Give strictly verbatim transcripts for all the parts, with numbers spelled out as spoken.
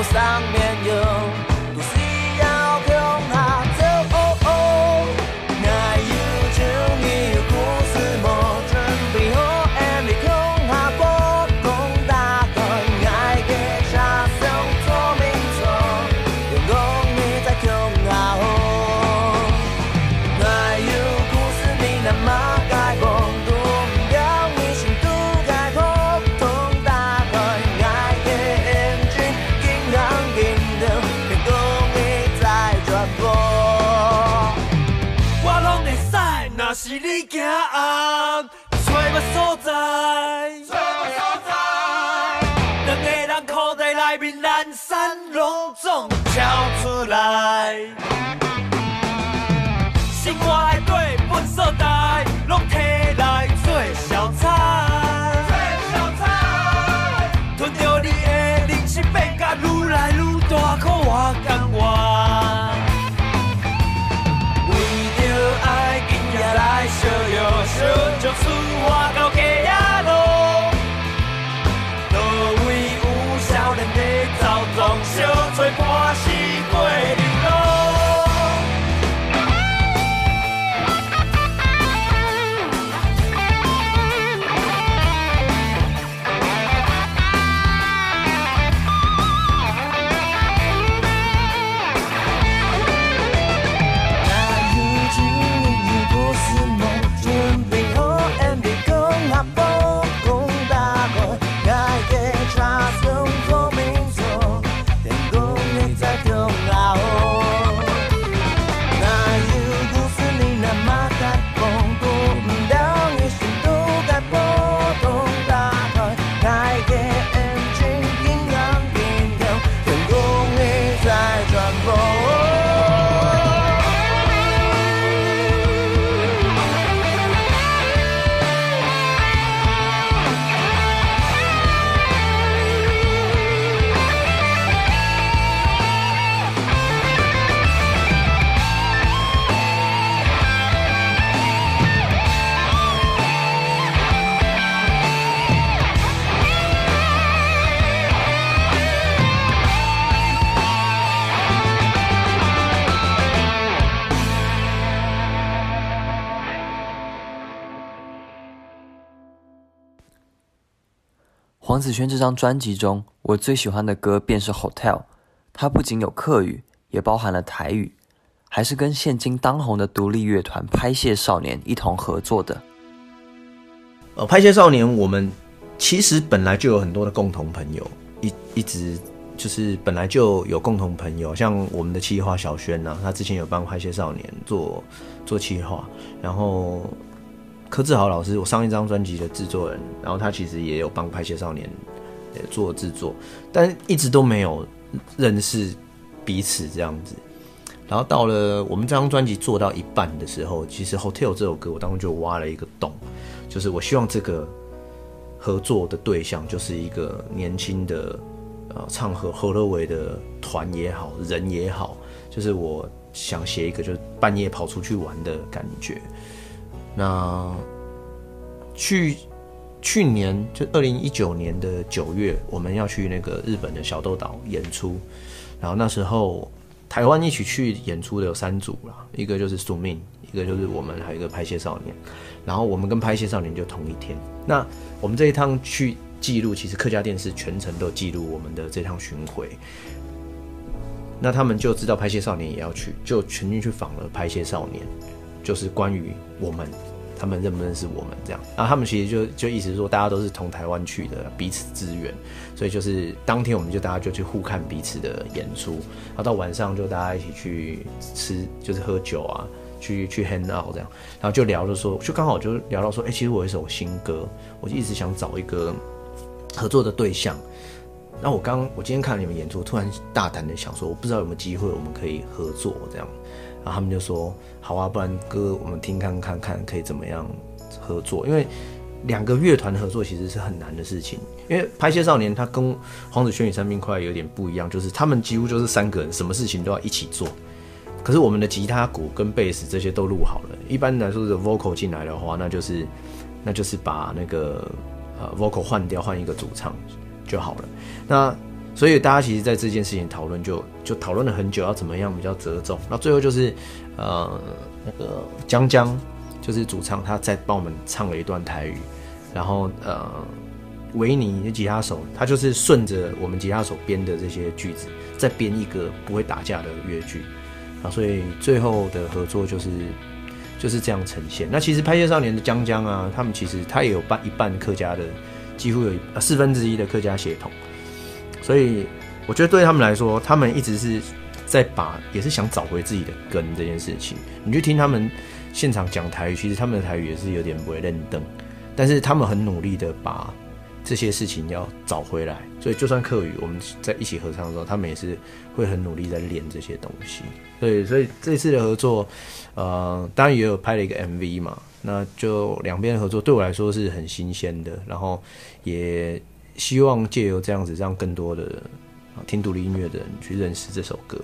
上面有，都是要向下走。哦哦，爱有情伊有故事无准备好，爱你向下播讲大概，爱嘅车上做明错，用讲你在向下好。爱有故事你那么该讲。是你行暗，找无所在，找无所在。两个人口袋内面烂散拢总跳出来，生活的对本所在，拢摕来做小菜。做小菜，吞着你的人生变甲愈来愈大，可我甘愿。来小摇小，就出我到家野路，路位有少年在走装小，做半世过流浪。 黄子轩这张专辑中，我最喜欢的歌便是 Hotel， 它不仅有客语，也包含了台语，还是跟现今当红的独立乐团拍谢少年一同合作的。 呃，拍谢少年我们其实本来就有很多的共同朋友，一一直就是本来就有共同朋友，像我们的企划小轩啊，他之前有帮拍谢少年做做企划，然后柯志豪老师，我上一张专辑的制作人，然后他其实也有帮拍谢少年做制作，但一直都没有认识彼此这样子。然后到了我们这张专辑做到一半的时候，其实 Hotel 这首歌我当时就挖了一个洞，就是我希望这个合作的对象就是一个年轻的呃唱和何乐伟的团也好，人也好，就是我想写一个就是半夜跑出去玩的感觉。那去去年就二零一九年的九月，我们要去那个日本的小豆岛演出，然后那时候台湾一起去演出的有三组啦，一个就是宿命，一个就是我们，还有一个拍谢少年。然后我们跟拍谢少年就同一天。那我们这一趟去记录，其实客家电视全程都记录我们的这趟巡回。那他们就知道拍谢少年也要去，就全进去访了拍谢少年。就是关于我们，他们认不认识我们这样，然后他们其实就就意思是说，大家都是从台湾去的，彼此支援，所以就是当天我们就大家就去互看彼此的演出，然后到晚上就大家一起去吃，就是喝酒啊，去去 hang out 这样，然后就聊着说，就刚好就聊到说，哎、欸，其实我有一首新歌，我就一直想找一个合作的对象。那我刚我今天看了你们演出，突然大胆的想说，我不知道有没有机会我们可以合作这样。然后他们就说好啊，不然歌我们听看看看可以怎么样合作，因为两个乐团合作其实是很难的事情。因为拍谢少年他跟黄子轩与三冰块有点不一样，就是他们几乎就是三个人什么事情都要一起做，可是我们的吉他鼓跟贝斯这些都录好了，一般来说的 vocal 进来的话，那就是那就是把那个呃 vocal 换掉，换一个主唱就好了。那所以大家其实在这件事情讨论就就讨论了很久，要怎么样比较折中。那最后就是呃那个江江就是主唱，他在帮我们唱了一段台语，然后呃维尼的吉他手他就是顺着我们吉他手编的这些句子，再编一个不会打架的乐句啊，所以最后的合作就是就是这样呈现。那其实拍戏少年的江江啊，他们其实他也有半一半客家的，几乎有呃四分之一的客家血统，所以我觉得对他们来说，他们一直是在把也是想找回自己的根这件事情。你去听他们现场讲台语，其实他们的台语也是有点不会认登，但是他们很努力的把这些事情要找回来，所以就算客语我们在一起合唱的时候，他们也是会很努力在练这些东西。对，所以这次的合作，呃，当然也有拍了一个 M V 嘛，那就两边的合作对我来说是很新鲜的，然后也希望借由这样子，让更多的听独立音乐的人去认识这首歌。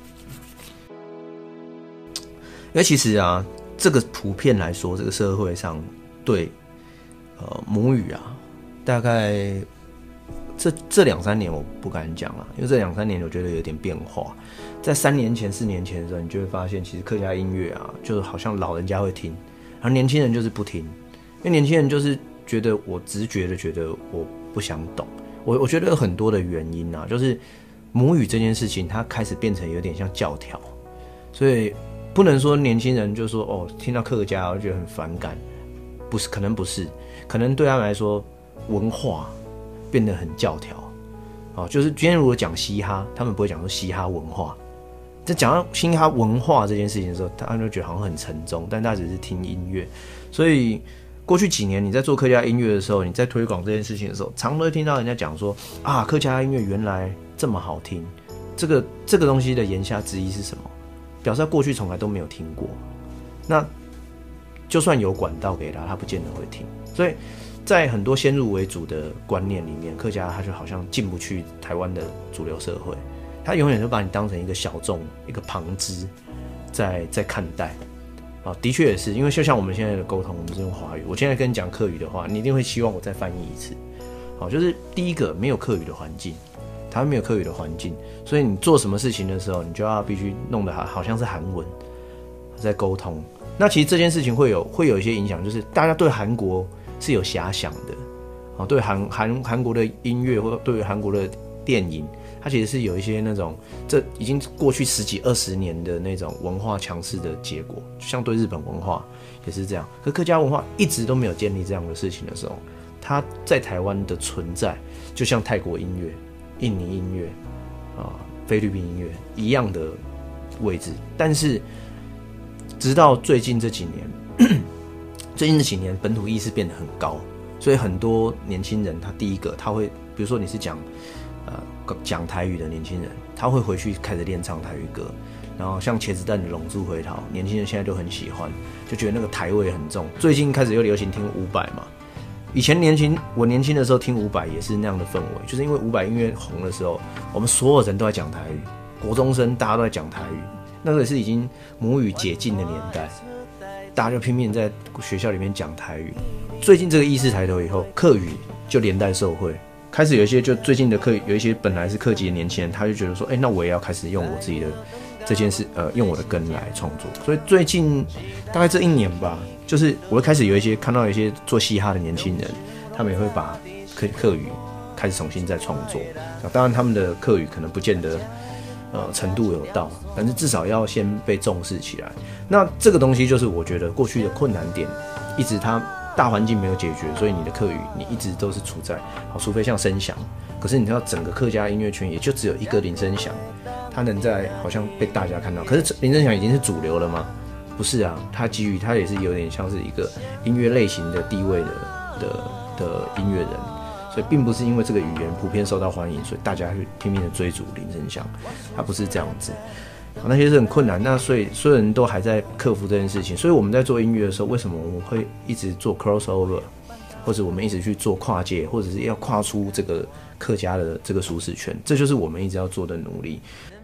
因为其实啊，这个普遍来说，这个社会上对呃母语啊。大概这这两三年我不敢讲啊，因为这两三年我觉得有点变化。在三年前、四年前的时候，你就会发现，其实客家音乐啊，就是好像老人家会听，而年轻人就是不听，因为年轻人就是觉得我直觉的觉得我不想懂。我我觉得有很多的原因啊，就是母语这件事情，它开始变成有点像教条，所以不能说年轻人就说哦，听到客家我就觉得很反感，不是，可能不是，可能对他们来说。文化变得很教条，哦，就是今天如果讲嘻哈，他们不会讲说嘻哈文化。在讲到嘻哈文化这件事情的时候，他们就觉得好像很沉重，但他只是听音乐。所以过去几年你在做客家音乐的时候，你在推广这件事情的时候，常都会听到人家讲说啊，客家音乐原来这么好听。这个这个东西的言下之意是什么？表示他过去从来都没有听过。那就算有管道给他，他不见得会听。所以在很多先入为主的观念里面，客家他就好像进不去台湾的主流社会，他永远就把你当成一个小众、一个旁支在在看待。啊，的确也是，因为就像我们现在的沟通，我们是用华语，我现在跟你讲客语的话，你一定会希望我再翻译一次。好，就是第一个没有客语的环境，台湾没有客语的环境，所以你做什么事情的时候，你就要必须弄得好像是韩文在沟通。那其实这件事情会有会有一些影响，就是大家对韩国是有遐想的，哦，对韩韩韩国的音乐或对韩国的电影，它其实是有一些那种，这已经过去十几二十年的那种文化强势的结果，像对日本文化也是这样。可客家文化一直都没有建立这样的事情的时候，它在台湾的存在，就像泰国音乐、印尼音乐啊、菲律宾音乐一样的位置，但是直到最近这几年。最近这几年本土意识变得很高，所以很多年轻人他第一个他会，比如说你是讲呃讲台语的年轻人，他会回去开始练唱台语歌，然后像茄子蛋的《龙珠回逃》，年轻人现在都很喜欢，就觉得那个台味很重。最近开始又流行听伍佰嘛，以前年轻我年轻的时候听伍佰也是那样的氛围，就是因为伍佰音乐红的时候，我们所有人都在讲台语，国中生大家都在讲台语，那个也是已经母语解禁的年代。大家就拼命在学校里面讲台语。最近这个意识抬头以后，客语就连带受惠，开始有一些就最近的客有一些本来是客籍的年轻人，他就觉得说，哎、欸，那我也要开始用我自己的这件事，呃，用我的根来创作。所以最近大概这一年吧，就是我会开始有一些看到有一些做嘻哈的年轻人，他们也会把客客语开始重新再创作。当然，他们的客语可能不见得。呃，程度有到，但是至少要先被重视起来。那这个东西就是我觉得过去的困难点，一直它大环境没有解决，所以你的客语你一直都是处在好，除非像声响，可是你知道整个客家音乐圈也就只有一个林声响，它能在好像被大家看到，可是林声响已经是主流了吗？不是啊，它基于它也是有点像是一个音乐类型的地位的的的音乐人。所以并不是因为这个语言普遍受到欢迎，所以大家去拼命的追逐林声响，它不是这样子。那些是很困难，那所以所有人都还在克服这件事情。所以我们在做音乐的时候，为什么我们会一直做 crossover， 或者我们一直去做跨界，或者是要跨出这个客家的这个舒适圈，这就是我们一直要做的努力。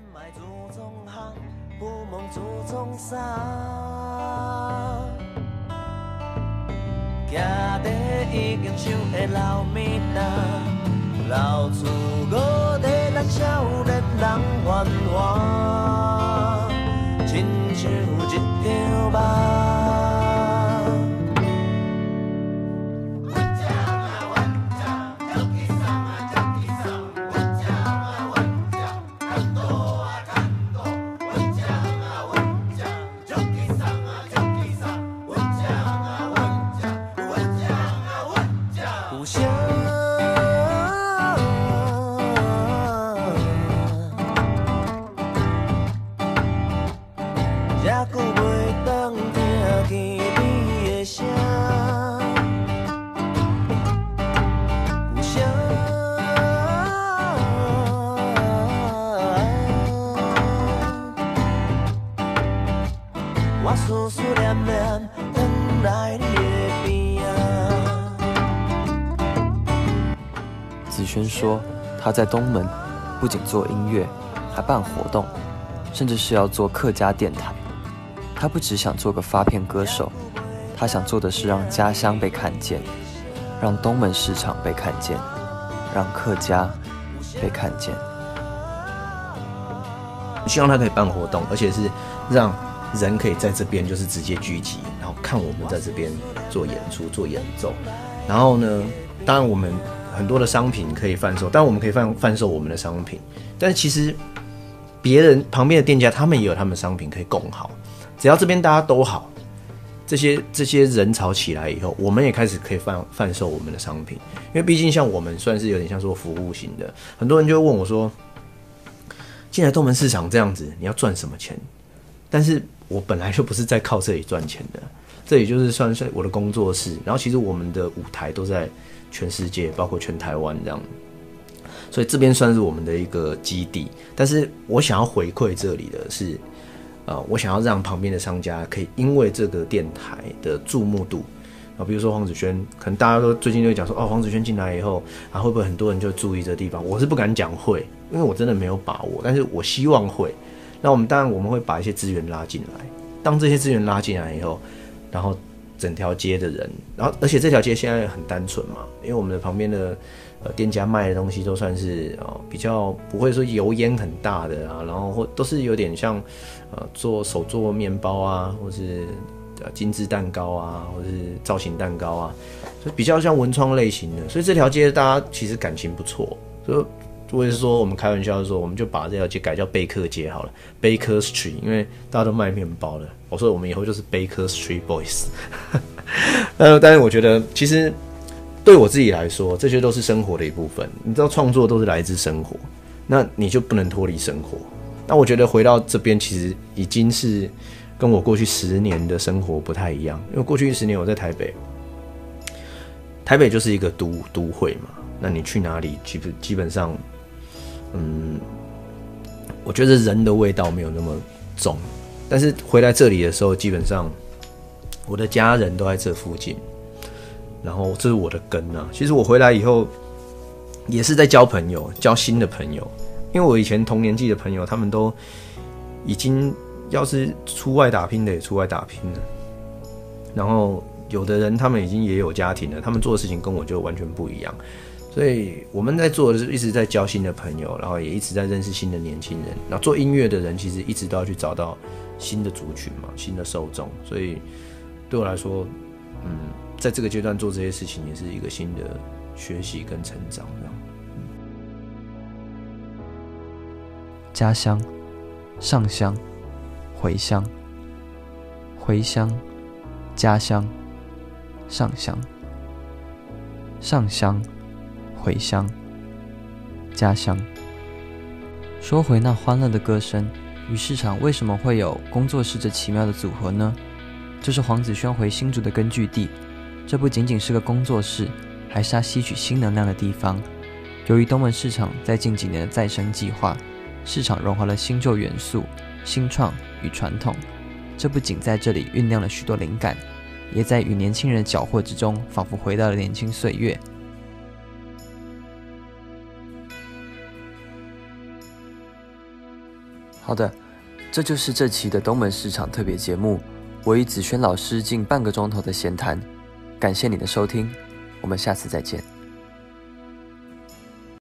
行地已經唱的老米達，老厝五地咱轩说，他在东门不仅做音乐，还办活动，甚至是要做客家电台。他不只想做个发片歌手，他想做的是让家乡被看见，让东门市场被看见，让客家被看见。 希望他可以办活动，而且是让人可以在这边就是直接聚集，然后看我们在这边做演出、做演奏。然后呢，当然我们很多的商品可以贩售，当然我们可以贩贩售我们的商品，但是其实别人旁边的店家他们也有他们的商品可以共好。只要这边大家都好，这些这些人潮起来以后，我们也开始可以贩贩售我们的商品。因为毕竟像我们算是有点像说服务型的，很多人就会问我说，进来东门市场这样子，你要赚什么钱？但是我本来就不是在靠这里赚钱的，这里就是算是我的工作室。然后其实我们的舞台都在全世界，包括全台湾这样，所以这边算是我们的一个基地。但是我想要回馈这里的是。呃，我想要让旁边的商家可以因为这个电台的注目度啊，比如说黄子轩，可能大家都最近就会讲说，哦，黄子轩进来以后，啊，会不会很多人就注意这个地方？我是不敢讲会，因为我真的没有把握，但是我希望会。那我们当然我们会把一些资源拉进来，当这些资源拉进来以后，然后整条街的人，然后而且这条街现在很单纯嘛，因为我们的旁边的。呃，店家卖的东西都算是呃比较不会说油烟很大的啊，然后或都是有点像呃做手做面包啊，或是呃精致蛋糕啊，或是造型蛋糕啊，所以比较像文创类型的。所以这条街大家其实感情不错，所以我也是说我们开玩笑的说，我们就把这条街改叫贝克街好了 ，Baker Street， 因为大家都卖面包的。我说我们以后就是 Baker Street Boys。呃，但是我觉得其实。对我自己来说，这些都是生活的一部分。你知道，创作都是来自生活，那你就不能脱离生活。那我觉得回到这边，其实已经是跟我过去十年的生活不太一样。因为过去十年我在台北，台北就是一个都都会嘛。那你去哪里，基本基本上，嗯，我觉得人的味道没有那么重。但是回来这里的时候，基本上我的家人都在这附近。然后这是我的根啊！其实我回来以后，也是在交朋友，交新的朋友。因为我以前同年纪的朋友，他们都已经要是出外打拼的也出外打拼了。然后有的人他们已经也有家庭了，他们做的事情跟我就完全不一样。所以我们在做的是一直在交新的朋友，然后也一直在认识新的年轻人。然后做音乐的人其实一直都要去找到新的族群嘛，新的受众。所以对我来说，嗯。在这个阶段做这些事情，也是一个新的学习跟成长。 家乡、上乡、回乡、回乡、家乡、上乡、上乡、回乡、家乡。说回那欢乐的歌声，鱼市场为什么会有工作室这奇妙的组合呢？这是黄子轩回新竹的根据地。这不仅仅是个工作室，还是他吸取新能量的地方。由于东门市场在近几年的再生计划，市场融合了新旧元素、新创与传统。这不仅在这里酝酿了许多灵感，也在与年轻人的缴获之中，仿佛回到了年轻岁月。好的，这就是这期的东门市场特别节目，我与子轩老师近半个钟头的闲谈。感谢你的收听，我们下次再见。